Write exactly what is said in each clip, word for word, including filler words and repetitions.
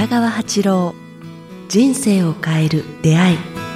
北川八郎、人生を変える出会い。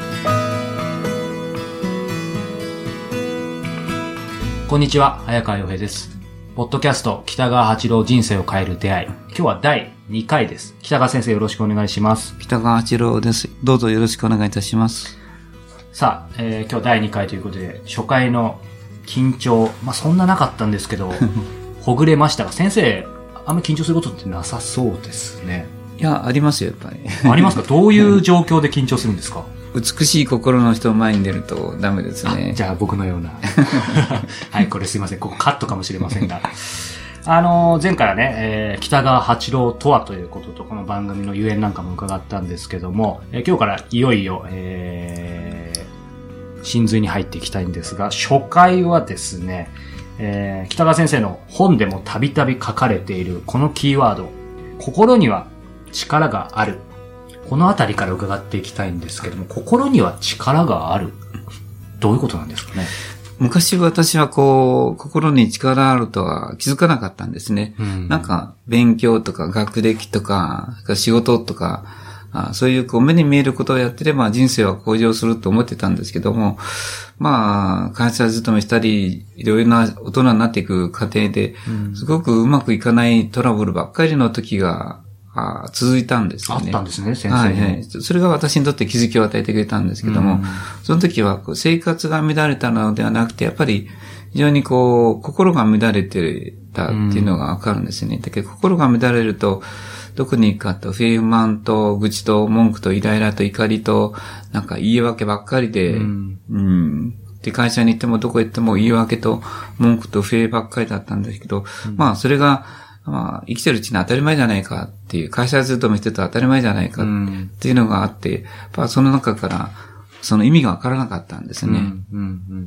こんにちは、早川洋平です。ポッドキャスト北川八郎人生を変える出会い。今日はだいにかいです。北川先生、よろしくお願いします。 北川八郎です。どうぞよろしくお願いいたします。 さあ、えー、今日だいにかいということで、初回の緊張、まあそんななかったんですけど、ほぐれましたが、先生、あんまり緊張することってなさそうですね。 いや、ありますよ、やっぱり。 ありますか？どういう状況で緊張するんですか？ 美しい心の人を前に出るとダメですね。 じゃあ僕のような。はい、これすいません。ここカットかもしれませんが。あのー、前回はね、えー、北川八郎とはということと、この番組のゆえんなんかも伺ったんですけども、えー、今日からいよいよ、えー、真髄に入っていきたいんですが、初回はですね、えー、北川先生の本でもたびたび書かれているこのキーワード、心には力がある。このあたりから伺っていきたいんですけども、心には力がある。どういうことなんですかね。 昔私はこう、心に力あるとは気づかなかったんですね。うん、なんか、勉強とか学歴とか、仕事とか、あそういうこう目に見えることをやってれば人生は向上すると思ってたんですけども、まあ、会社勤めしたり、いろいろな大人になっていく過程で、すごくうまくいかないトラブルばっかりの時が、あ続いたんですよね。 あったんですね、先生。 はいはい。それが私にとって気づきを与えてくれたんですけども、その時はこう生活が乱れたのではなくて、やっぱり非常にこう、心が乱れてたっていうのがわかるんですよね。だけど心が乱れると、どこに行くかと、不平不満と、愚痴と、文句と、イライラと、怒りと、なんか言い訳ばっかりで、うん、うん。で、会社に行ってもどこ行っても言い訳と、文句と、不平ばっかりだったんですけど、うん、まあ、それが、まあ、生きてるうちに当たり前じゃないかっていう、会社勤めしてると当たり前じゃないかっていうのがあって、やっぱその中から、その意味がわからなかったんですね。うんうんうん、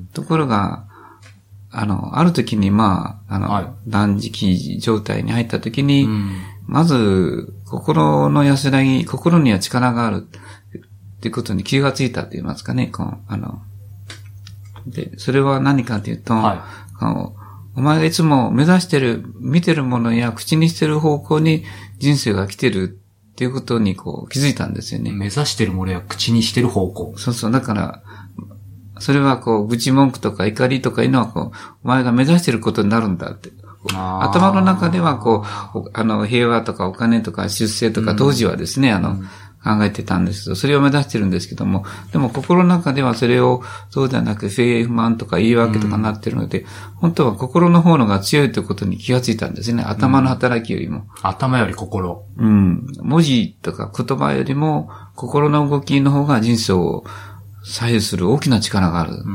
ところが、あの、ある時に、まあ、あの、はい、断食状態に入った時に、うんまず、心の安らぎ、心には力があるっていうことに気がついたと言いますかね、こう、あの、で、それは何かというと、はい、こうお前がいつも目指してる、見てるものや口にしてる方向に人生が来てるっていうことにこう気づいたんですよね。 目指してるものや口にしてる方向。 そうそう、だから、それはこう、愚痴文句とか怒りとかいうのはこう、お前が目指してることになるんだって。頭の中ではこう、あの、平和とかお金とか出世とか当時はですね、うん、あの、考えてたんですけど、それを目指してるんですけども、でも心の中ではそれを、そうではなく、不平不満とか言い訳とかなってるので、うん、本当は心の方のが強いということに気がついたんですね。頭の働きよりも。うん、 頭より心。 うん。文字とか言葉よりも、心の動きの方が人生を左右する大きな力がある。うん、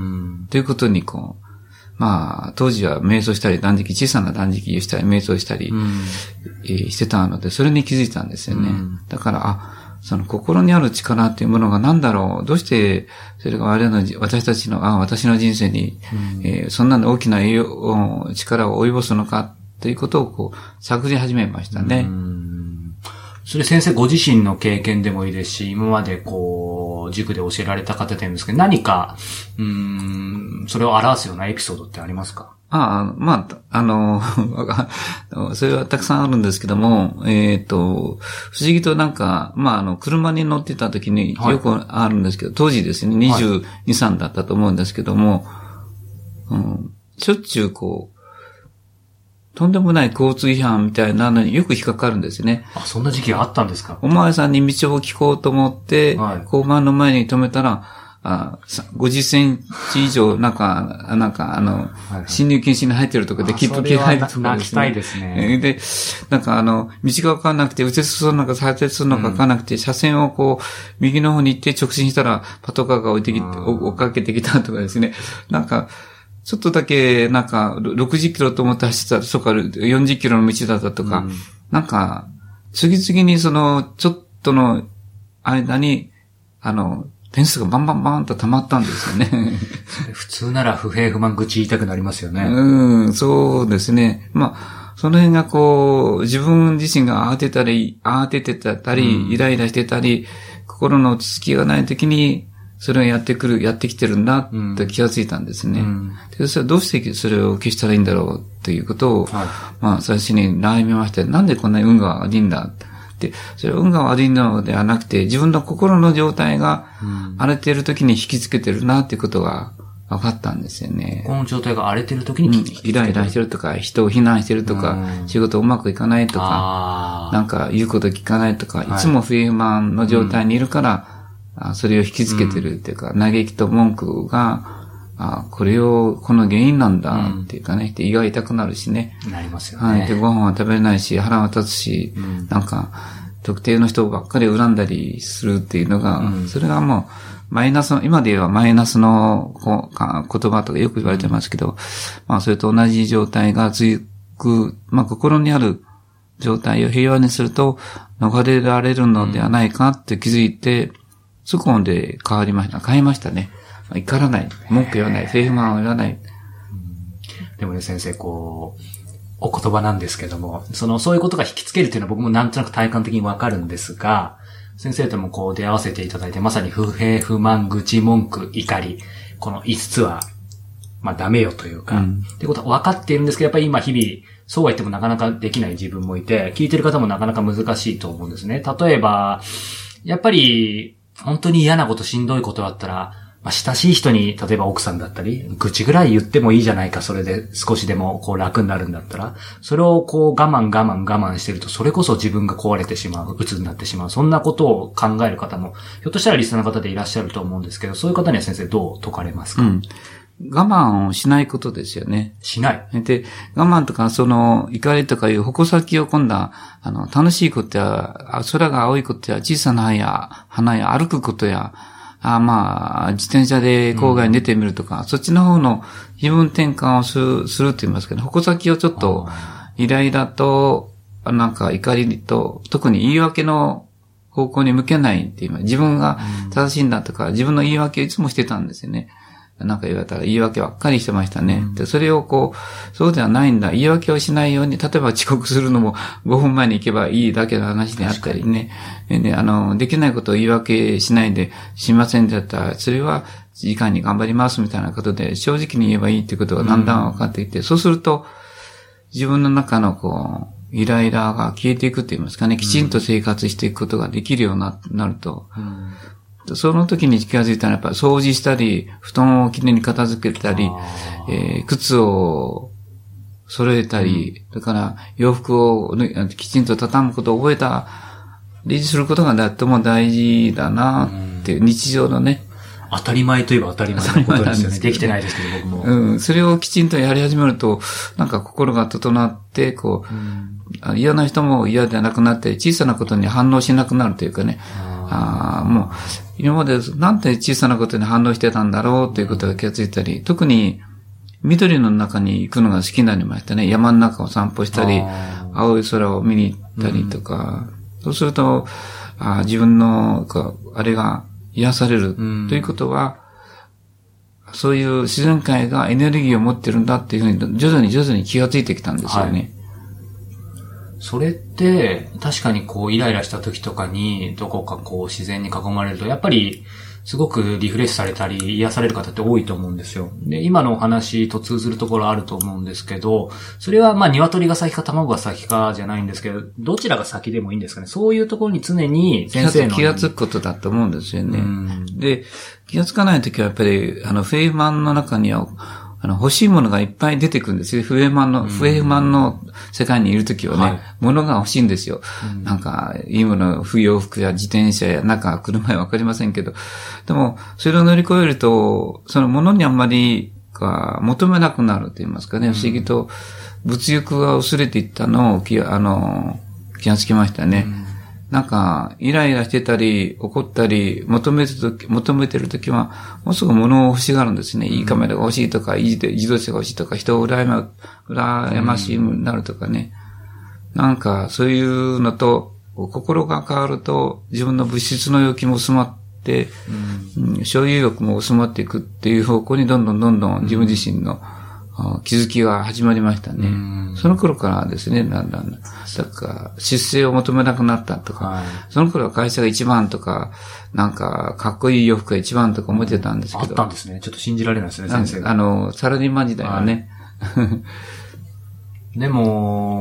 ということにこう、まあ、当時は瞑想したり断食、小さな断食をしたり、瞑想したり、うんえー、してたので、それに気づいたんですよね。うん、だから、あ、その心にある力っていうものが何だろう、どうして、それが我々の、私たちの、あ、私の人生に、うんえー、そんな大きな栄養、力を及ぼすのか、ということをこう、探り始めましたね。うんそれ先生ご自身の経験でもいいですし、今までこう、塾で教えられた方でもいいんですけど、何か、うーん、それを表すようなエピソードってありますか？ ああ、まあ、あの、それはたくさんあるんですけども、えっと、不思議となんか、まあ、あの、車に乗ってた時によくあるんですけど、はい、当時ですね、にじゅうに、さんだったと思うんですけども、うん、しょっちゅうこう、とんでもない交通違反みたいなのによく引っかかるんですね。 あ、そんな時期があったんですか？ お前さんに道を聞こうと思って、はい、交番の前に止めたら、あごじゅっセンチ以上、なんか、なんか、あの、はいはい、侵入禁止に入ってるとかで、切符切らないとかですね。 泣きたいですね。 で、なんかあの、道がわかんなくて、右折するのか左折するのかわかんなくて、うん、車線をこう、右の方に行って直進したら、パトカーが追いてきて、追っかけてきたとかですね。なんか、ちょっとだけ、なんか、ろくじゅっキロと思って走ってたら、そこからよんじゅっキロの道だったとか、うん、なんか、次々にその、ちょっとの間に、あの、点数がバンバンバンと溜まったんですよね。 普通なら不平不満愚痴言いたくなりますよね。 うん、そうですね。まあ、その辺がこう、自分自身が慌てたり、慌ててたり、うん、イライラしてたり、心の落ち着きがない時に、それがやってくる、やってきてるんだって気がついたんですね。うん、でそれはどうしてそれを消したらいいんだろうっていうことを、はい、まあ最初に悩みまして、なんでこんなに運が悪いんだで、それは運が悪いのではなくて、自分の心の状態が荒れている時に引きつけてるなっていうことが分かったんですよね。 この状態が荒れてる時に引きつけてる、 うん、イライラしてるとか、人を非難してるとか、うん、仕事うまくいかないとか、なんか言うこと聞かないとか、いつも不平不満の状態にいるから、はい、それを引きつけてるっていうか、うん、嘆きと文句が、あこれを、この原因なんだっていうかね、うん、胃が痛くなるしね。 なりますよね。 はい。で、ご飯は食べれないし、腹は立つし、うん、なんか、特定の人ばっかり恨んだりするっていうのが、うん、それがもう、マイナスの、今で言えばマイナスのこう言葉とかよく言われてますけど、うん、まあ、それと同じ状態が続く、まあ、心にある状態を平和にすると、逃れられるのではないかって気づいて、そこで変わりました。変えましたね。怒らない。文句言わない。不平不満を言わない。 でもね、先生、こう、お言葉なんですけども、その、そういうことが引きつけるっていうのは僕もなんとなく体感的にわかるんですが、先生ともこう出会わせていただいて、まさに不平不満、愚痴、文句、怒り、この五つは、まあダメよというか、うん、ってことは分かっているんですけど、やっぱり今日々、そうは言ってもなかなかできない自分もいて、聞いてる方もなかなか難しいと思うんですね。例えば、やっぱり、本当に嫌なこと、しんどいことだったら、まあ、親しい人に、例えば奥さんだったり、愚痴ぐらい言ってもいいじゃないか、それで少しでもこう楽になるんだったら、それをこう我慢我慢我慢してると、それこそ自分が壊れてしまう、鬱になってしまう、そんなことを考える方も、ひょっとしたらリスナーの方でいらっしゃると思うんですけど、そういう方には先生どう説かれますか？うん、 我慢をしないことですよね。 しない。 で、我慢とか、その、怒りとかいう矛先を今度は、あの、楽しいことや、空が青いことや、小さな花や、花や歩くことや、あまあ、自転車で郊外に出てみるとか、うん、そっちの方の気分転換をする、するって言いますけど、矛先をちょっと、イライラと、なんか怒りと、特に言い訳の方向に向けないっていう、自分が正しいんだとか、自分の言い訳をいつもしてたんですよね。なんか言われたら言い訳ばっかりしてましたね。うん、で、それをこう、そうではないんだ。言い訳をしないように、例えば遅刻するのもごふんまえに行けばいいだけの話であったりね。で、あの、できないことを言い訳しないで、しませんだったら、それは時間に頑張りますみたいなことで、正直に言えばいいっていうことがだんだん分かってきて、うん、そうすると、自分の中のこう、イライラが消えていくって言いますかね、きちんと生活していくことができるようになると、うんその時に気がついたのはやっぱり掃除したり、布団をきれいに片付けたり、えー、靴を揃えたり、うん、だから洋服をきちんと畳むことを覚えたりすることがとても大事だなっていう、日常のね。 当たり前といえば当たり前のことですよね。できてないですけど僕も。 うん。それをきちんとやり始めると、なんか心が整って、こう、うん、嫌な人も嫌ではなくなって、小さなことに反応しなくなるというかね。ああ、もう、今までなんて小さなことに反応してたんだろうということが気がついたり、特に緑の中に行くのが好きになりましたね。山の中を散歩したり、青い空を見に行ったりとか、うん、そうすると、あ自分の、あれが癒されるということは、うん、そういう自然界がエネルギーを持ってるんだっていうふうに徐々に徐々に気がついてきたんですよね。はいそれって、確かにこう、イライラした時とかに、どこかこう、自然に囲まれると、やっぱり、すごくリフレッシュされたり、癒される方って多いと思うんですよ。で、今のお話と通ずるところあると思うんですけど、それはまあ、鶏が先か卵が先かじゃないんですけど、どちらが先でもいいんですかね。そういうところに常に先生の。 気がつくことだと思うんですよね。で、気がつかないときはやっぱり、あの、フェイマンの中には、あの、欲しいものがいっぱい出てくるんですよ。不平不満の、不平不満の世界にいるときはね、はい、物が欲しいんですよ。うん、なんか、いいもの、不要服や自転車や、なんか車やわかりませんけど。でも、それを乗り越えると、その物にあんまり、か、求めなくなると言いますかね、うん、不思議と、物欲が薄れていったのを、気、あの、気がつきましたね。うんなんか、イライラしてたり、怒ったり、求めてるとき、求めてるときは、もうすぐ物を欲しがるんですね。いいカメラが欲しいとか、いい自動車が欲しいとか、人を羨ま、羨ましいになるとかね。なんか、そういうのと、心が変わると、自分の物質の欲求も薄まって、うん、所有欲も薄まっていくっていう方向に、どんどんどんどん自分自身の、気づきが始まりましたね。その頃からですね、だんだん、だから出世を求めなくなったとか、はい、その頃は会社が一番とか、なんか、かっこいい洋服が一番とか思ってたんですけど。 あったんですね。ちょっと信じられないですね、先生が。 あの、サラリーマン時代はね。 はい、でも、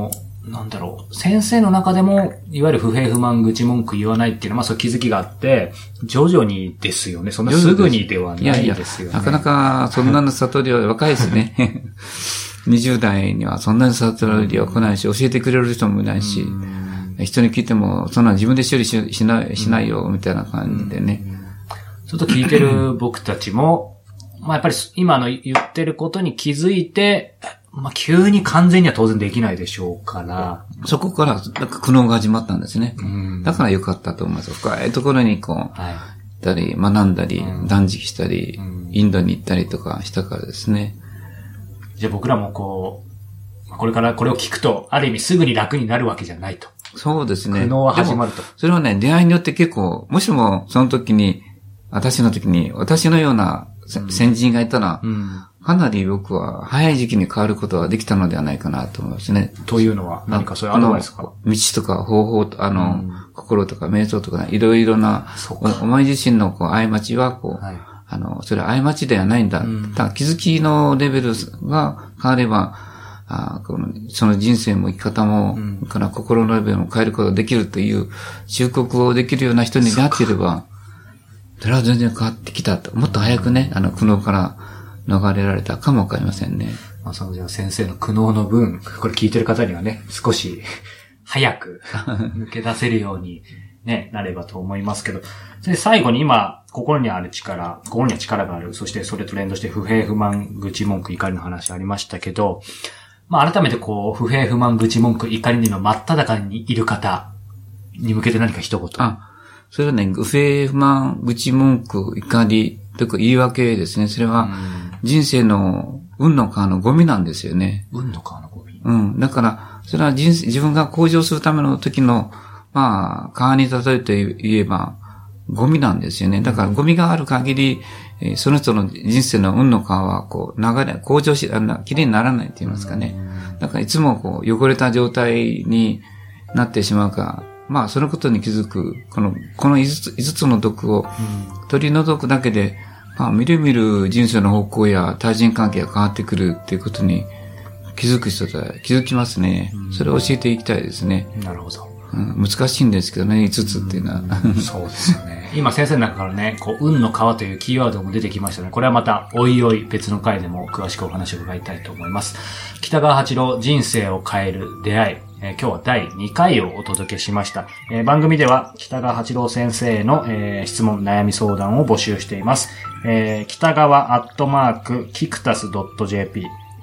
なんだろう、先生の中でも、いわゆる不平不満、愚痴文句言わないっていうのは、まあそう気づきがあって、徐々にですよね。そんなすぐにではないですよね。いやいや、 なかなかそんなの悟りは若いですね。にじゅう代にはそんなに悟りは来ないし、教えてくれる人もいないし、人に聞いても、そんな自分で処理し、しない、しないよ、みたいな感じでね。 ちょっと聞いてる僕たちも、まあやっぱり今の言ってることに気づいて、まあ急に完全には当然できないでしょうから。 そこから、なんか苦悩が始まったんですね。うん、だから良かったと思います。深いところにこう、はい、行ったり、学んだり、うん、断食したり、うん、インドに行ったりとかしたからですね。 じゃあ僕らもこう、これからこれを聞くと、ある意味すぐに楽になるわけじゃないと。 そうですね。 苦悩は始まると。 それはね、出会いによって結構、もしもその時に、私の時に、私のような先人がいたら、うんうんかなり僕は早い時期に変わることができたのではないかなと思いますね。 というのは何かそういうアドバイスか？ 道とか方法と、あの、うん、心とか瞑想とか、ね、いろいろな、お, お前自身のこう過ちはこう、はい、あの、それは過ちではないんだ。うん、ただ気づきのレベルが変われば、あこのその人生も生き方も、うん、から心のレベルも変えることができるという忠告をできるような人になっていれば、そ, それは全然変わってきたと。もっと早くね、あの苦悩から逃れられたかもわかりませんね。 まあ、そのじゃあ先生の苦悩の分、これ聞いてる方にはね、少し早く抜け出せるように、ね、なればと思いますけど、で最後に今、心にある力、心には力がある、そしてそれと連動して不平不満、愚痴文句、怒りの話ありましたけど、まあ改めてこう、不平不満、愚痴文句、怒りの真っ只中にいる方に向けて何か一言。 あ、それはね、不平不満、愚痴文句、怒りというか言い訳ですね。それは人生の運の川のゴミなんですよね。 運の川のゴミ。 うん。だから、それは人生、自分が向上するための時の、まあ、川に例えて言えば、ゴミなんですよね。だからゴミがある限り、えー、その人の人生の運の川は、こう、流れ、向上し、あの、きれいにならないって言いますかね。だからいつもこう、汚れた状態になってしまうか、まあ、そのことに気づく、この、この五つ、五つの毒を取り除くだけで、まあ、みるみる人生の方向や対人関係が変わってくるっていうことに気づく人は気づきますね。それを教えていきたいですね。 なるほど。 うん、難しいんですけどね、五つっていうのは。 うそうですよね。今先生の中からね、こう、運の川というキーワードも出てきましたね。これはまた、おいおい別の回でも詳しくお話を伺いたいと思います。北川八郎、人生を変える出会い。えー、今日はだいにかいをお届けしました。えー、番組では北川八郎先生への、えー、質問、悩み相談を募集しています。えー、北川アットマークキクタス .jp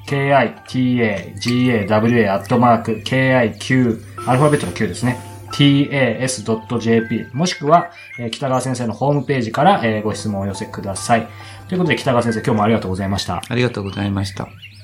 kitagawa アットマーク kiq アルファベットのきゅうですね。tas.jp もしくは、えー、北川先生のホームページから、えー、ご質問をお寄せください。ということで北川先生今日もありがとうございました。 ありがとうございました。